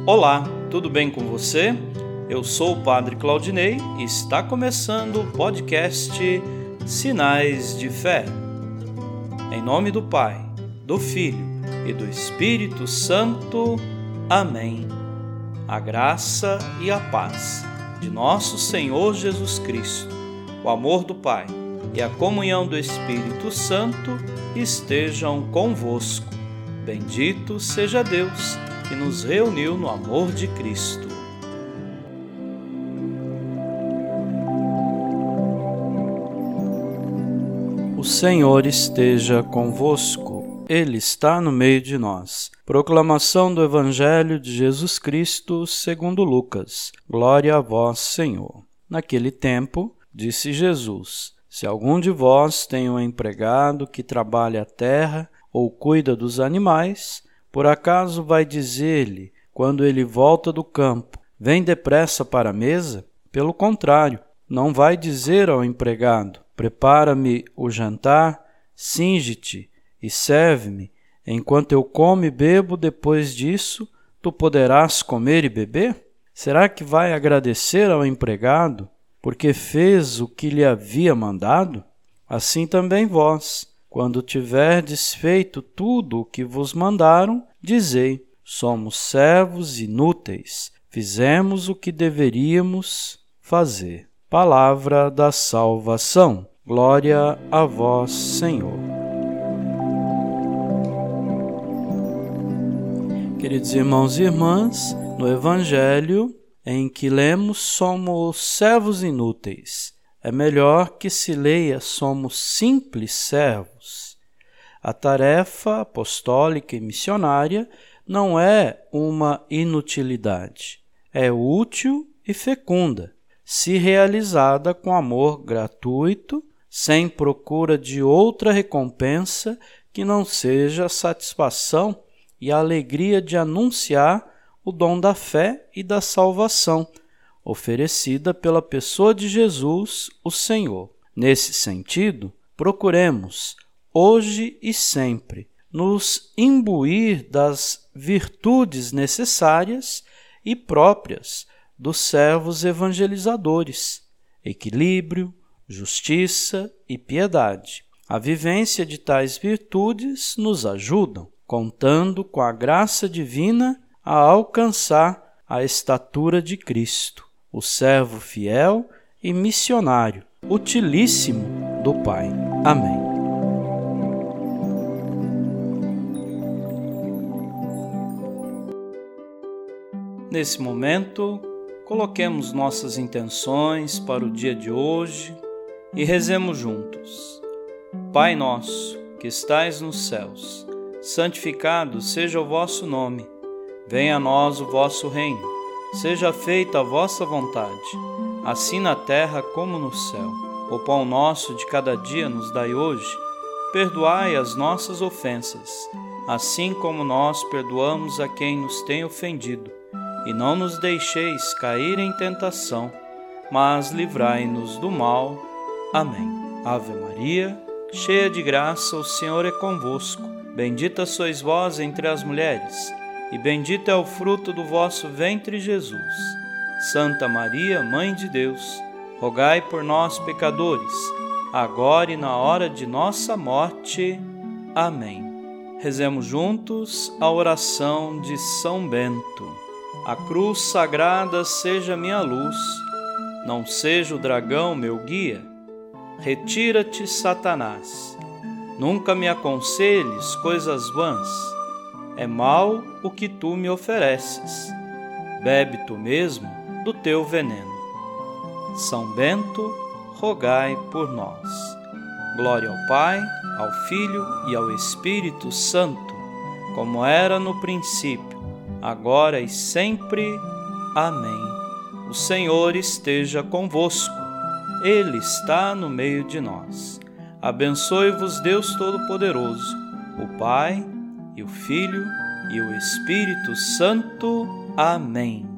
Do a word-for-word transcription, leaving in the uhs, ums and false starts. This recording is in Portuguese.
Olá, tudo bem com você? Eu sou o Padre Claudinei e está começando o podcast Sinais de Fé. Em nome do Pai, do Filho e do Espírito Santo. Amém. A graça e a paz de nosso Senhor Jesus Cristo, o amor do Pai e a comunhão do Espírito Santo estejam convosco. Bendito seja Deus que nos reuniu no amor de Cristo. O Senhor esteja convosco, Ele está no meio de nós. Proclamação do Evangelho de Jesus Cristo segundo Lucas. Glória a vós, Senhor. Naquele tempo, disse Jesus: se algum de vós tem um empregado que trabalha a terra ou cuida dos animais, por acaso vai dizer-lhe, quando ele volta do campo, vem depressa para a mesa? Pelo contrário, não vai dizer ao empregado, prepara-me o jantar, cinge-te e serve-me, enquanto eu como e bebo, depois disso, tu poderás comer e beber? Será que vai agradecer ao empregado, porque fez o que lhe havia mandado? Assim também vós, quando tiverdes feito tudo o que vos mandaram, dizei, somos servos inúteis, fizemos o que deveríamos fazer. Palavra da salvação. Glória a vós, Senhor. Queridos irmãos e irmãs, no Evangelho em que lemos, somos servos inúteis. É melhor que se leia, somos simples servos. A tarefa apostólica e missionária não é uma inutilidade. É útil e fecunda, se realizada com amor gratuito, sem procura de outra recompensa que não seja a satisfação e a alegria de anunciar o dom da fé e da salvação, oferecida pela pessoa de Jesus, o Senhor. Nesse sentido, procuremos, hoje e sempre, nos imbuir das virtudes necessárias e próprias dos servos evangelizadores: equilíbrio, justiça e piedade. A vivência de tais virtudes nos ajudam, contando com a graça divina, a alcançar a estatura de Cristo, o servo fiel e missionário, utilíssimo do Pai. Amém. Nesse momento, coloquemos nossas intenções para o dia de hoje e rezemos juntos. Pai nosso, que estais nos céus, santificado seja o vosso nome. Venha a nós o vosso reino. Seja feita a vossa vontade, assim na terra como no céu. O pão nosso de cada dia nos dai hoje. Perdoai as nossas ofensas, assim como nós perdoamos a quem nos tem ofendido. E não nos deixeis cair em tentação, mas livrai-nos do mal. Amém. Ave Maria, cheia de graça, o Senhor é convosco. Bendita sois vós entre as mulheres, e bendito é o fruto do vosso ventre, Jesus. Santa Maria, Mãe de Deus, rogai por nós, pecadores, agora e na hora de nossa morte. Amém. Rezemos juntos a oração de São Bento. A cruz sagrada seja minha luz, não seja o dragão meu guia. Retira-te, Satanás, nunca me aconselhes coisas vãs. É mal o que tu me ofereces, bebe tu mesmo do teu veneno. São Bento, rogai por nós. Glória ao Pai, ao Filho e ao Espírito Santo, como era no princípio, agora e sempre. Amém. O Senhor esteja convosco, Ele está no meio de nós. Abençoe-vos Deus Todo-Poderoso, o Pai, e o Filho, e o Espírito Santo. Amém.